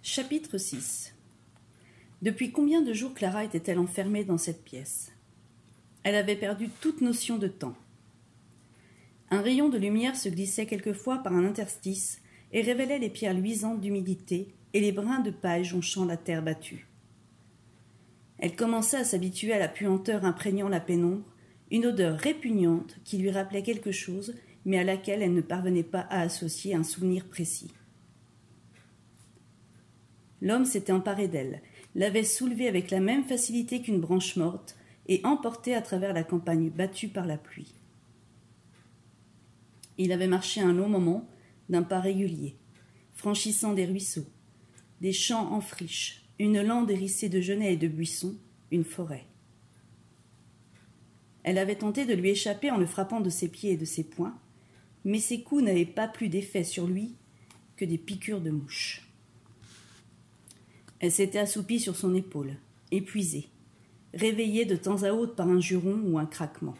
Chapitre 6. Depuis combien de jours Clara était-elle enfermée dans cette pièce? Elle avait perdu toute notion de temps. Un rayon de lumière se glissait quelquefois par un interstice et révélait les pierres luisantes d'humidité et les brins de paille jonchant la terre battue. Elle commençait à s'habituer à la puanteur imprégnant la pénombre, une odeur répugnante qui lui rappelait quelque chose, mais à laquelle elle ne parvenait pas à associer un souvenir précis. L'homme s'était emparé d'elle, l'avait soulevée avec la même facilité qu'une branche morte et emportée à travers la campagne battue par la pluie. Il avait marché un long moment, d'un pas régulier, franchissant des ruisseaux, des champs en friche, une lande hérissée de genêts et de buissons, une forêt. Elle avait tenté de lui échapper en le frappant de ses pieds et de ses poings, mais ses coups n'avaient pas plus d'effet sur lui que des piqûres de mouches. Elle s'était assoupie sur son épaule, épuisée, réveillée de temps à autre par un juron ou un craquement.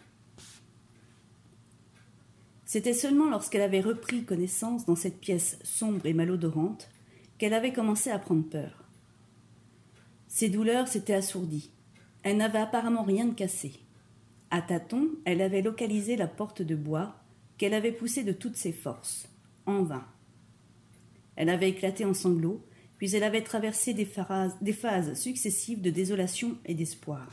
C'était seulement lorsqu'elle avait repris connaissance dans cette pièce sombre et malodorante qu'elle avait commencé à prendre peur. Ses douleurs s'étaient assourdies. Elle n'avait apparemment rien de cassé. À tâtons, elle avait localisé la porte de bois qu'elle avait poussée de toutes ses forces, en vain. Elle avait éclaté en sanglots, puis elle avait traversé des phases successives de désolation et d'espoir.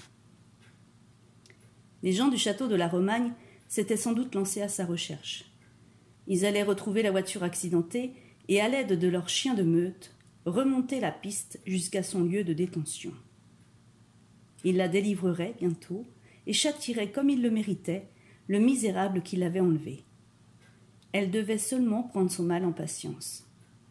Les gens du château de la Romagne s'étaient sans doute lancés à sa recherche. Ils allaient retrouver la voiture accidentée et, à l'aide de leurs chiens de meute, remonter la piste jusqu'à son lieu de détention. Ils la délivreraient bientôt et châtieraient comme il le méritait le misérable qui l'avait enlevée. Elle devait seulement prendre son mal en patience.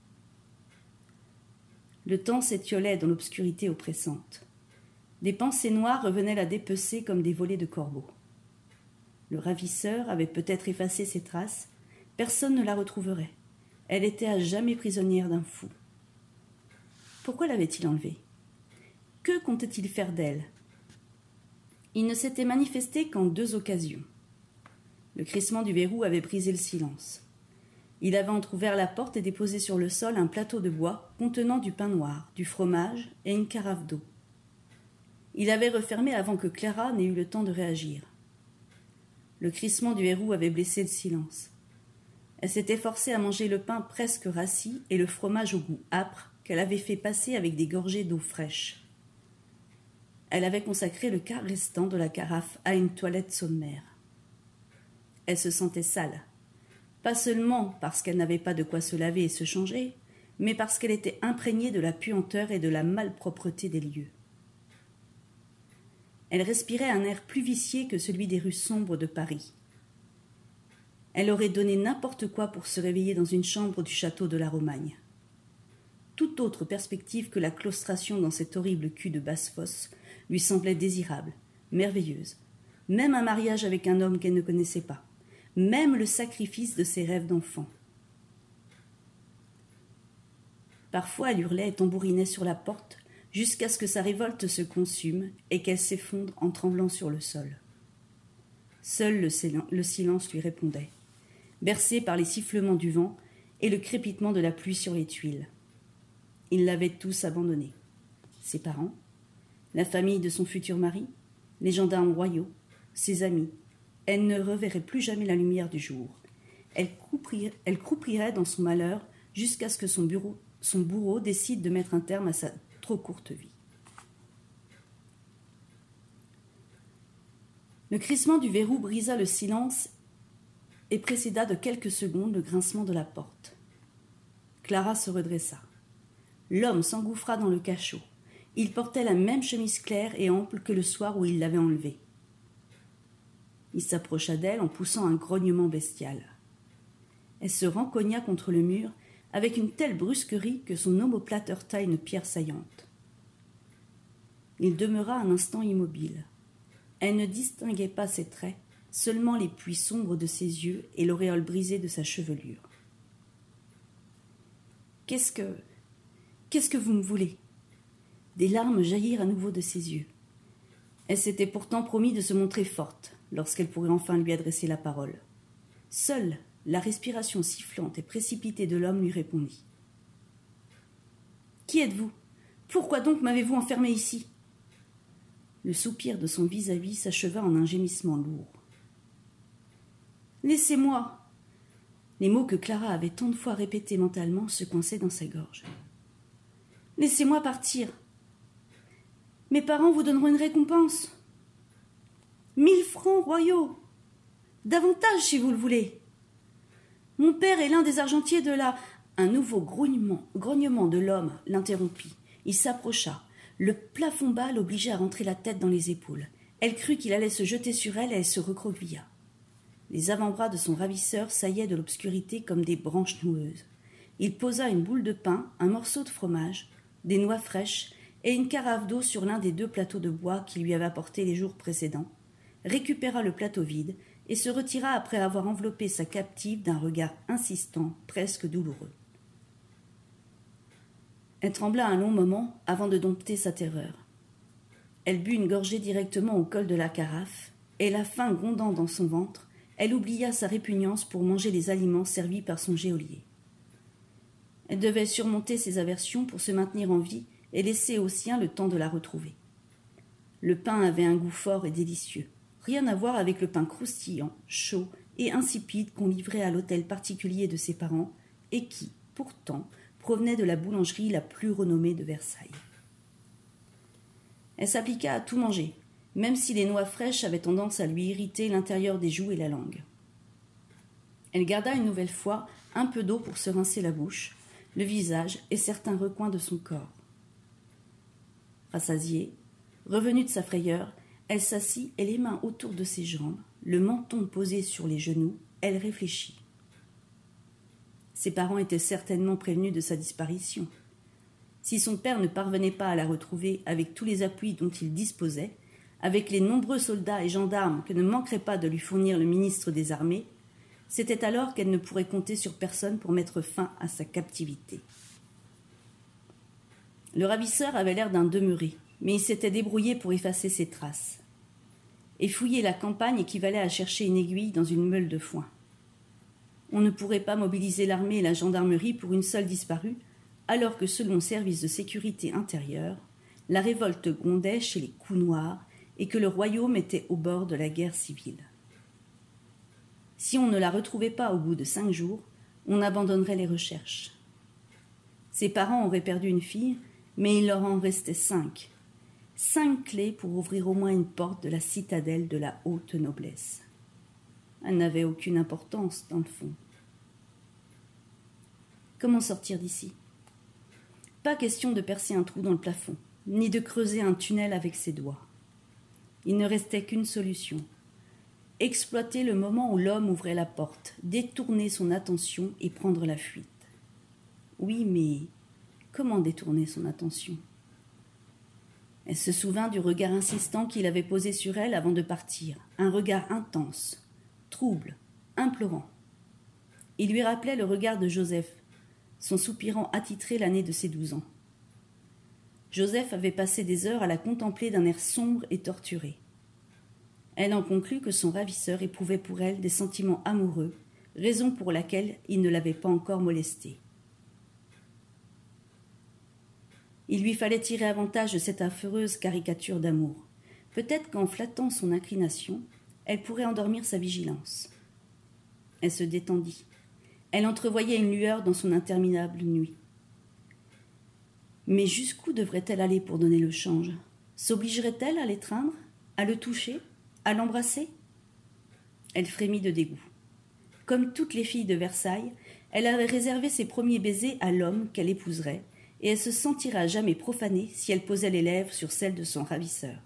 Le temps s'étiolait dans l'obscurité oppressante. Des pensées noires revenaient la dépecer comme des volées de corbeaux. Le ravisseur avait peut-être effacé ses traces, personne ne la retrouverait. Elle était à jamais prisonnière d'un fou. Pourquoi l'avait-il enlevée? Que comptait-il faire d'elle? Il ne s'était manifesté qu'en 2 occasions. Le crissement du verrou avait brisé le silence. Il avait entrouvert la porte et déposé sur le sol un plateau de bois contenant du pain noir, du fromage et une carafe d'eau. Il avait refermé avant que Clara n'ait eu le temps de réagir. Le crissement du verrou avait blessé le silence. Elle s'était forcée à manger le pain presque rassis et le fromage au goût âpre qu'elle avait fait passer avec des gorgées d'eau fraîche. Elle avait consacré le quart restant de la carafe à une toilette sommaire. Elle se sentait sale. Pas seulement parce qu'elle n'avait pas de quoi se laver et se changer, mais parce qu'elle était imprégnée de la puanteur et de la malpropreté des lieux. Elle respirait un air plus vicié que celui des rues sombres de Paris. Elle aurait donné n'importe quoi pour se réveiller dans une chambre du château de la Romagne. Toute autre perspective que la claustration dans cet horrible cul de basse-fosse lui semblait désirable, merveilleuse. Même un mariage avec un homme qu'elle ne connaissait pas. Même le sacrifice de ses rêves d'enfant. Parfois, elle hurlait et tambourinait sur la porte jusqu'à ce que sa révolte se consume et qu'elle s'effondre en tremblant sur le sol. Seul le silence lui répondait, bercé par les sifflements du vent et le crépitement de la pluie sur les tuiles. Ils l'avaient tous abandonnée. Ses parents, la famille de son futur mari, les gendarmes royaux, ses amis. Elle ne reverrait plus jamais la lumière du jour. Elle croupirait dans son malheur jusqu'à ce que son bourreau décide de mettre un terme à sa trop courte vie. Le crissement du verrou brisa le silence et précéda de quelques secondes le grincement de la porte. Clara se redressa. L'homme s'engouffra dans le cachot. Il portait la même chemise claire et ample que le soir où il l'avait enlevée. Il s'approcha d'elle en poussant un grognement bestial. Elle se rencogna contre le mur avec une telle brusquerie que son omoplate heurta une pierre saillante. Il demeura un instant immobile. Elle ne distinguait pas ses traits, seulement les plis sombres de ses yeux et l'auréole brisée de sa chevelure. « Qu'est-ce que vous me voulez ?» Des larmes jaillirent à nouveau de ses yeux. Elle s'était pourtant promis de se montrer forte lorsqu'elle pourrait enfin lui adresser la parole. Seule la respiration sifflante et précipitée de l'homme lui répondit. « Qui Qui êtes-vous? Pourquoi donc m'avez-vous enfermé ici? Le soupir de son vis-à-vis s'acheva en un gémissement lourd. Laissez-moi. Les mots que Clara avait tant de fois répétés mentalement se coinçaient dans sa gorge. Laissez-moi partir. Mes parents vous donneront une récompense. 1000 francs royaux. Davantage si vous le voulez. Mon père est l'un des argentiers de la... Un nouveau grognement de l'homme l'interrompit. Il s'approcha. Le plafond bas l'obligeait à rentrer la tête dans les épaules. Elle crut qu'il allait se jeter sur elle et elle se recroquevilla. Les avant-bras de son ravisseur saillaient de l'obscurité comme des branches noueuses. Il posa une boule de pain, un morceau de fromage, des noix fraîches et une carafe d'eau sur l'un des 2 plateaux de bois qu'il lui avait apportés les jours précédents, récupéra le plateau vide et se retira après avoir enveloppé sa captive d'un regard insistant, presque douloureux. Elle trembla un long moment avant de dompter sa terreur. Elle but une gorgée directement au col de la carafe, et la faim grondant dans son ventre, elle oublia sa répugnance pour manger les aliments servis par son geôlier. Elle devait surmonter ses aversions pour se maintenir en vie et laisser aux siens le temps de la retrouver. Le pain avait un goût fort et délicieux, rien à voir avec le pain croustillant, chaud et insipide qu'on livrait à l'hôtel particulier de ses parents et qui, pourtant, provenait de la boulangerie la plus renommée de Versailles. Elle s'appliqua à tout manger, même si les noix fraîches avaient tendance à lui irriter l'intérieur des joues et la langue. Elle garda une nouvelle fois un peu d'eau pour se rincer la bouche, le visage et certains recoins de son corps. Rassasiée, revenue de sa frayeur, elle s'assit et les mains autour de ses jambes, le menton posé sur les genoux, elle réfléchit. Ses parents étaient certainement prévenus de sa disparition. Si son père ne parvenait pas à la retrouver avec tous les appuis dont il disposait, avec les nombreux soldats et gendarmes que ne manquerait pas de lui fournir le ministre des Armées, c'était alors qu'elle ne pourrait compter sur personne pour mettre fin à sa captivité. Le ravisseur avait l'air d'un demeuré, mais il s'était débrouillé pour effacer ses traces. Et fouiller la campagne équivalait à chercher une aiguille dans une meule de foin. On ne pourrait pas mobiliser l'armée et la gendarmerie pour une seule disparue, alors que selon le service de sécurité intérieure, la révolte grondait chez les coups noirs et que le royaume était au bord de la guerre civile. Si on ne la retrouvait pas au bout de 5 jours, on abandonnerait les recherches. Ses parents auraient perdu une fille, mais il leur en restait 5. 5 clés pour ouvrir au moins une porte de la citadelle de la haute noblesse. Elle n'avait aucune importance, dans le fond. Comment sortir d'ici? Pas question de percer un trou dans le plafond, ni de creuser un tunnel avec ses doigts. Il ne restait qu'une solution. Exploiter le moment où l'homme ouvrait la porte, détourner son attention et prendre la fuite. Oui, mais comment détourner son attention? Elle se souvint du regard insistant qu'il avait posé sur elle avant de partir, un regard intense, trouble, implorant. Il lui rappelait le regard de Joseph, son soupirant attitré l'année de ses 12 ans. Joseph avait passé des heures à la contempler d'un air sombre et torturé. Elle en conclut que son ravisseur éprouvait pour elle des sentiments amoureux, raison pour laquelle il ne l'avait pas encore molestée. Il lui fallait tirer avantage de cette affreuse caricature d'amour. Peut-être qu'en flattant son inclination, elle pourrait endormir sa vigilance. Elle se détendit. Elle entrevoyait une lueur dans son interminable nuit. Mais jusqu'où devrait-elle aller pour donner le change? S'obligerait-elle à l'étreindre, à le toucher, à l'embrasser? Elle frémit de dégoût. Comme toutes les filles de Versailles, elle avait réservé ses premiers baisers à l'homme qu'elle épouserait, et elle se sentirait à jamais profanée si elle posait les lèvres sur celles de son ravisseur.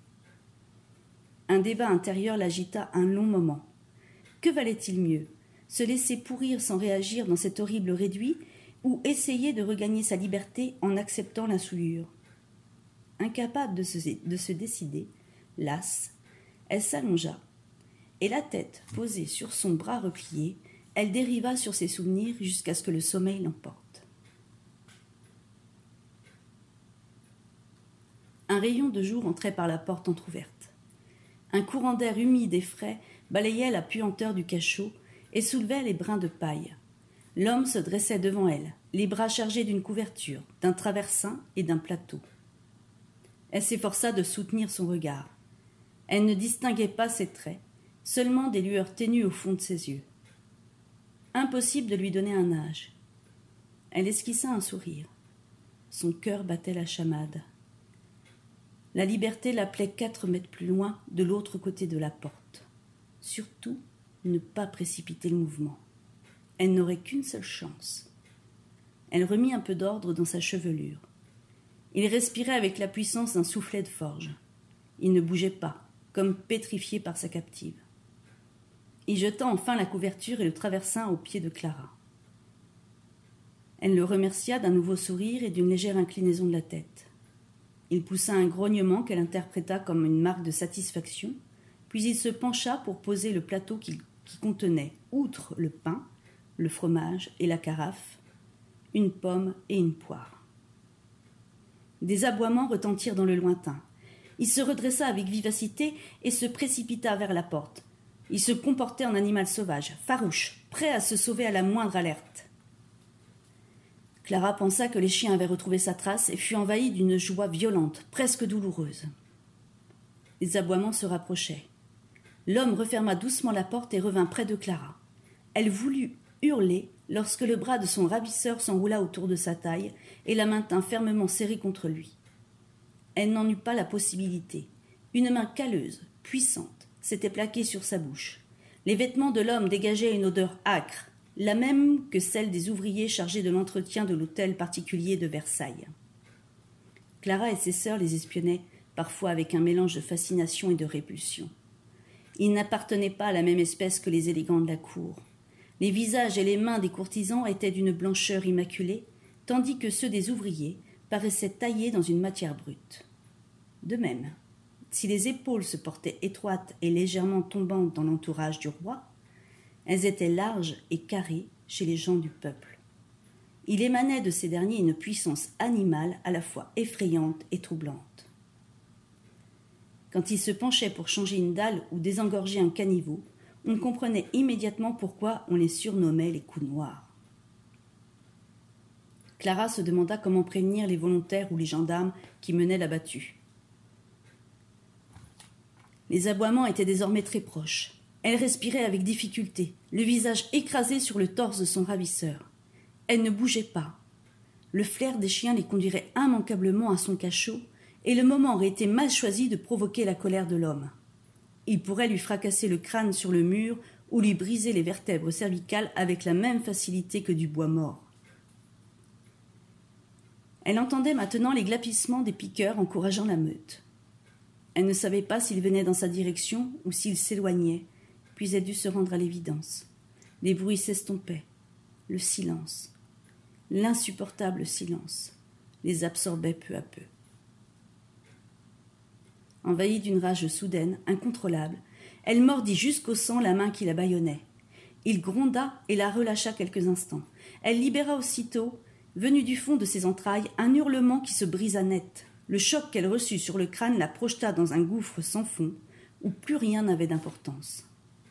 Un débat intérieur l'agita un long moment. Que valait-il mieux? Se laisser pourrir sans réagir dans cet horrible réduit ou essayer de regagner sa liberté en acceptant la souillure? Incapable de se décider, lasse, elle s'allongea, et la tête posée sur son bras replié, elle dériva sur ses souvenirs jusqu'à ce que le sommeil l'emporte. Un rayon de jour entrait par la porte entr'ouverte. Un courant d'air humide et frais balayait la puanteur du cachot et soulevait les brins de paille. L'homme se dressait devant elle, les bras chargés d'une couverture, d'un traversin et d'un plateau. Elle s'efforça de soutenir son regard. Elle ne distinguait pas ses traits, seulement des lueurs ténues au fond de ses yeux. Impossible de lui donner un âge. Elle esquissa un sourire. Son cœur battait la chamade. La liberté l'appelait 4 mètres plus loin, de l'autre côté de la porte. Surtout, ne pas précipiter le mouvement. Elle n'aurait qu'une seule chance. Elle remit un peu d'ordre dans sa chevelure. Il respirait avec la puissance d'un soufflet de forge. Il ne bougeait pas, comme pétrifié par sa captive. Il jeta enfin la couverture et le traversin aux pieds de Clara. Elle le remercia d'un nouveau sourire et d'une légère inclinaison de la tête. Il poussa un grognement qu'elle interpréta comme une marque de satisfaction, puis il se pencha pour poser le plateau qui contenait, outre le pain, le fromage et la carafe, une pomme et une poire. Des aboiements retentirent dans le lointain. Il se redressa avec vivacité et se précipita vers la porte. Il se comportait en animal sauvage, farouche, prêt à se sauver à la moindre alerte. Clara pensa que les chiens avaient retrouvé sa trace et fut envahie d'une joie violente, presque douloureuse. Les aboiements se rapprochaient. L'homme referma doucement la porte et revint près de Clara. Elle voulut hurler lorsque le bras de son ravisseur s'enroula autour de sa taille et la maintint fermement serrée contre lui. Elle n'en eut pas la possibilité. Une main calleuse, puissante, s'était plaquée sur sa bouche. Les vêtements de l'homme dégageaient une odeur âcre, la même que celle des ouvriers chargés de l'entretien de l'hôtel particulier de Versailles. Clara et ses sœurs les espionnaient, parfois avec un mélange de fascination et de répulsion. Ils n'appartenaient pas à la même espèce que les élégants de la cour. Les visages et les mains des courtisans étaient d'une blancheur immaculée, tandis que ceux des ouvriers paraissaient taillés dans une matière brute. De même, si les épaules se portaient étroites et légèrement tombantes dans l'entourage du roi, elles étaient larges et carrées chez les gens du peuple. Il émanait de ces derniers une puissance animale à la fois effrayante et troublante. Quand ils se penchaient pour changer une dalle ou désengorger un caniveau, on comprenait immédiatement pourquoi on les surnommait les coups noirs. Clara se demanda comment prévenir les volontaires ou les gendarmes qui menaient la battue. Les aboiements étaient désormais très proches. Elle respirait avec difficulté, le visage écrasé sur le torse de son ravisseur. Elle ne bougeait pas. Le flair des chiens les conduirait immanquablement à son cachot, et le moment aurait été mal choisi de provoquer la colère de l'homme. Il pourrait lui fracasser le crâne sur le mur ou lui briser les vertèbres cervicales avec la même facilité que du bois mort. Elle entendait maintenant les glapissements des piqueurs encourageant la meute. Elle ne savait pas s'ils venaient dans sa direction ou s'ils s'éloignaient, puis elle dut se rendre à l'évidence. Les bruits s'estompaient. Le silence, l'insupportable silence, les absorbait peu à peu. Envahie d'une rage soudaine, incontrôlable, elle mordit jusqu'au sang la main qui la bâillonnait. Il gronda et la relâcha quelques instants. Elle libéra aussitôt, venu du fond de ses entrailles, un hurlement qui se brisa net. Le choc qu'elle reçut sur le crâne la projeta dans un gouffre sans fond, où plus rien n'avait d'importance.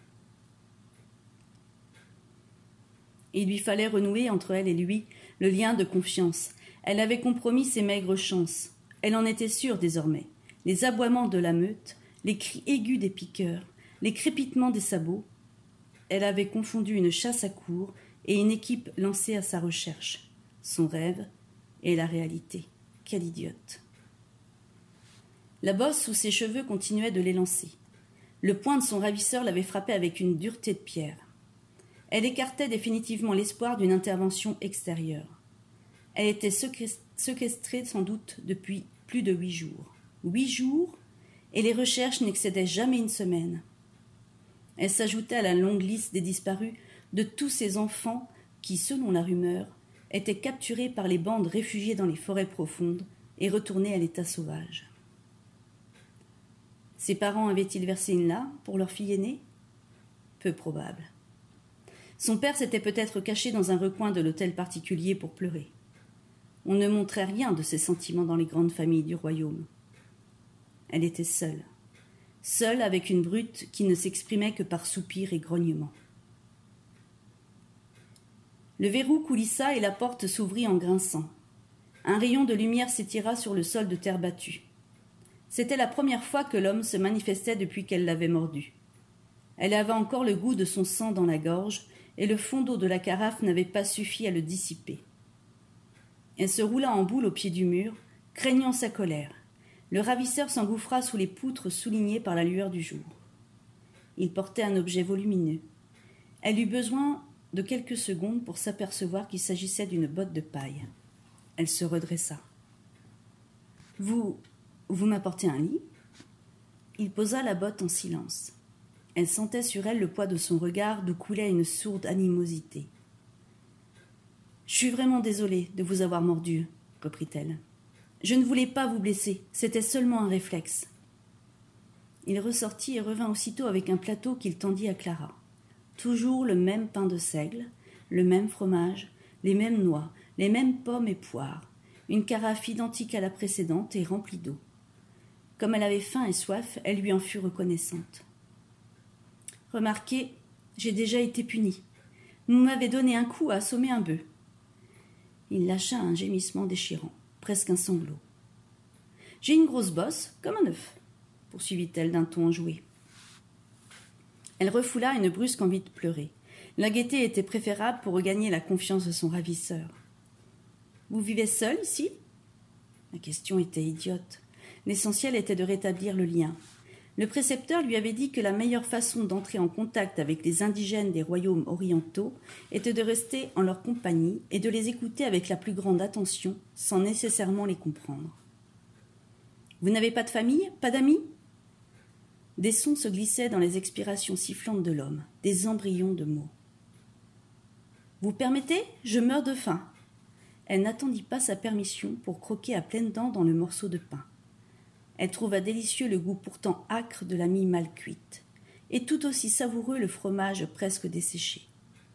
Il lui fallait renouer entre elle et lui le lien de confiance. Elle avait compromis ses maigres chances. Elle en était sûre désormais. Les aboiements de la meute, les cris aigus des piqueurs, les crépitements des sabots. Elle avait confondu une chasse à courre et une équipe lancée à sa recherche. Son rêve et la réalité. Quelle idiote! La bosse sous ses cheveux continuait de l'élancer. Le poing de son ravisseur l'avait frappée avec une dureté de pierre. Elle écartait définitivement l'espoir d'une intervention extérieure. Elle était séquestrée sans doute depuis plus de 8 jours. 8 jours, et les recherches n'excédaient jamais une semaine. Elle s'ajoutait à la longue liste des disparus de tous ces enfants qui, selon la rumeur, étaient capturés par les bandes réfugiées dans les forêts profondes et retournés à l'état sauvage. Ses parents avaient-ils versé une larme pour leur fille aînée? Peu probable. Son père s'était peut-être caché dans un recoin de l'hôtel particulier pour pleurer. On ne montrait rien de ses sentiments dans les grandes familles du royaume. Elle était seule. Seule avec une brute qui ne s'exprimait que par soupirs et grognements. Le verrou coulissa et la porte s'ouvrit en grinçant. Un rayon de lumière s'étira sur le sol de terre battue. C'était la première fois que l'homme se manifestait depuis qu'elle l'avait mordu. Elle avait encore le goût de son sang dans la gorge, et le fond d'eau de la carafe n'avait pas suffi à le dissiper. Elle se roula en boule au pied du mur, craignant sa colère. Le ravisseur s'engouffra sous les poutres soulignées par la lueur du jour. Il portait un objet volumineux. Elle eut besoin de quelques secondes pour s'apercevoir qu'il s'agissait d'une botte de paille. Elle se redressa. « Vous m'apportez un lit ?» Il posa la botte en silence. Elle sentait sur elle le poids de son regard d'où coulait une sourde animosité. « Je suis vraiment désolée de vous avoir mordu, » reprit-elle. « Je ne voulais pas vous blesser, c'était seulement un réflexe. » Il ressortit et revint aussitôt avec un plateau qu'il tendit à Clara. Toujours le même pain de seigle, le même fromage, les mêmes noix, les mêmes pommes et poires, une carafe identique à la précédente et remplie d'eau. Comme elle avait faim et soif, elle lui en fut reconnaissante. « Remarquez, j'ai déjà été punie. Vous m'avez donné un coup à assommer un bœuf. » Il lâcha un gémissement déchirant, presque un sanglot. « J'ai une grosse bosse, comme un œuf, » poursuivit-elle d'un ton enjoué. Elle refoula une brusque envie de pleurer. La gaieté était préférable pour regagner la confiance de son ravisseur. « Vous vivez seul ici ?» La question était idiote. L'essentiel était de rétablir le lien. Le précepteur lui avait dit que la meilleure façon d'entrer en contact avec les indigènes des royaumes orientaux était de rester en leur compagnie et de les écouter avec la plus grande attention, sans nécessairement les comprendre. « Vous n'avez pas de famille, pas d'amis ?» Des sons se glissaient dans les expirations sifflantes de l'homme, des embryons de mots. « Vous permettez ? Je meurs de faim. » Elle n'attendit pas sa permission pour croquer à pleines dents dans le morceau de pain. Elle trouva délicieux le goût pourtant âcre de la mie mal cuite, et tout aussi savoureux le fromage presque desséché.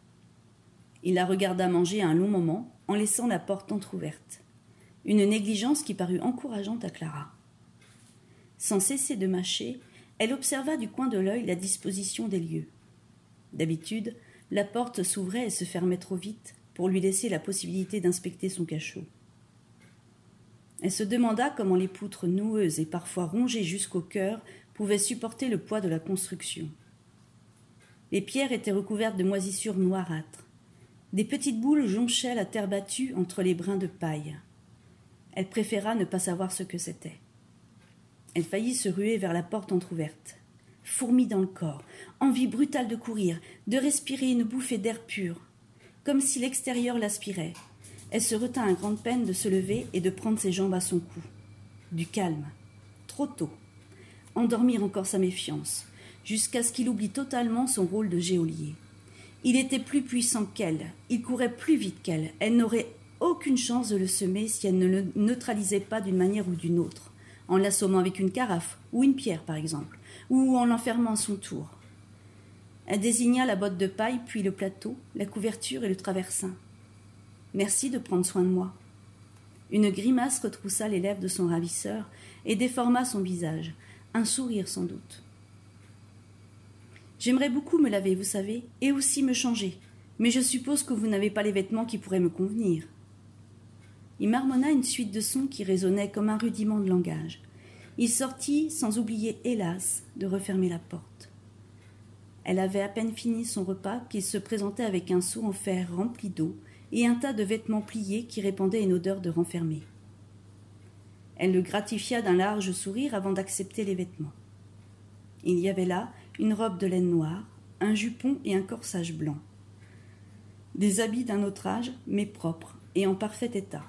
Il la regarda manger un long moment, en laissant la porte entr'ouverte. Une négligence qui parut encourageante à Clara. Sans cesser de mâcher, elle observa du coin de l'œil la disposition des lieux. D'habitude, la porte s'ouvrait et se fermait trop vite pour lui laisser la possibilité d'inspecter son cachot. Elle se demanda comment les poutres noueuses et parfois rongées jusqu'au cœur pouvaient supporter le poids de la construction. Les pierres étaient recouvertes de moisissures noirâtres. Des petites boules jonchaient la terre battue entre les brins de paille. Elle préféra ne pas savoir ce que c'était. Elle faillit se ruer vers la porte entr'ouverte. Fourmis dans le corps, envie brutale de courir, de respirer une bouffée d'air pur, comme si l'extérieur l'aspirait. Elle se retint à grande peine de se lever et de prendre ses jambes à son cou. Du calme. Trop tôt. Endormir encore sa méfiance, jusqu'à ce qu'il oublie totalement son rôle de geôlier. Il était plus puissant qu'elle, il courait plus vite qu'elle. Elle n'aurait aucune chance de le semer si elle ne le neutralisait pas d'une manière ou d'une autre, en l'assommant avec une carafe ou une pierre par exemple, ou en l'enfermant à son tour. Elle désigna la botte de paille, puis le plateau, la couverture et le traversin. « Merci de prendre soin de moi. » Une grimace retroussa les lèvres de son ravisseur et déforma son visage, un sourire sans doute. « J'aimerais beaucoup me laver, vous savez, et aussi me changer, mais je suppose que vous n'avez pas les vêtements qui pourraient me convenir. » Il marmonna une suite de sons qui résonnaient comme un rudiment de langage. Il sortit sans oublier, hélas, de refermer la porte. Elle avait à peine fini son repas qu'il se présentait avec un seau en fer rempli d'eau et un tas de vêtements pliés qui répandaient une odeur de renfermé. Elle le gratifia d'un large sourire avant d'accepter les vêtements. Il y avait là une robe de laine noire, un jupon et un corsage blanc. Des habits d'un autre âge, mais propres et en parfait état.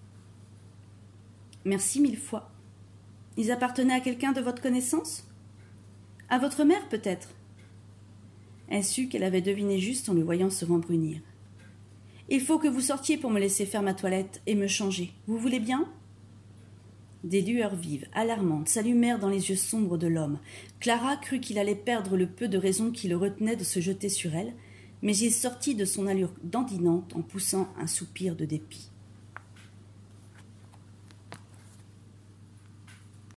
« Merci 1000 fois. Ils appartenaient à quelqu'un de votre connaissance ? À votre mère, peut-être ?» Elle sut qu'elle avait deviné juste en le voyant se rembrunir. « Il faut que vous sortiez pour me laisser faire ma toilette et me changer. Vous voulez bien ?» Des lueurs vives, alarmantes, s'allumèrent dans les yeux sombres de l'homme. Clara crut qu'il allait perdre le peu de raison qui le retenait de se jeter sur elle, mais il sortit de son allure dandinante en poussant un soupir de dépit.